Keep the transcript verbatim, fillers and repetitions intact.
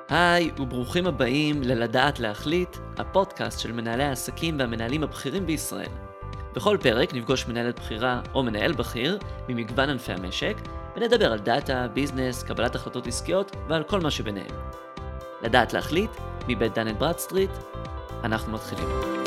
היי וברוכים הבאים ללדעת להחליט, הפודקאסט של מנהלי העסקים והמנהלים הבכירים בישראל. בכל פרק נפגוש מנהלת בכירה או מנהל בכיר ממגוון ענפי המשק, ונדבר על דאטה, ביזנס, קבלת החלטות עסקיות ועל כל מה שביניהם. לדעת להחליט, מבית דן אנד ברדסטריט, אנחנו מתחילים.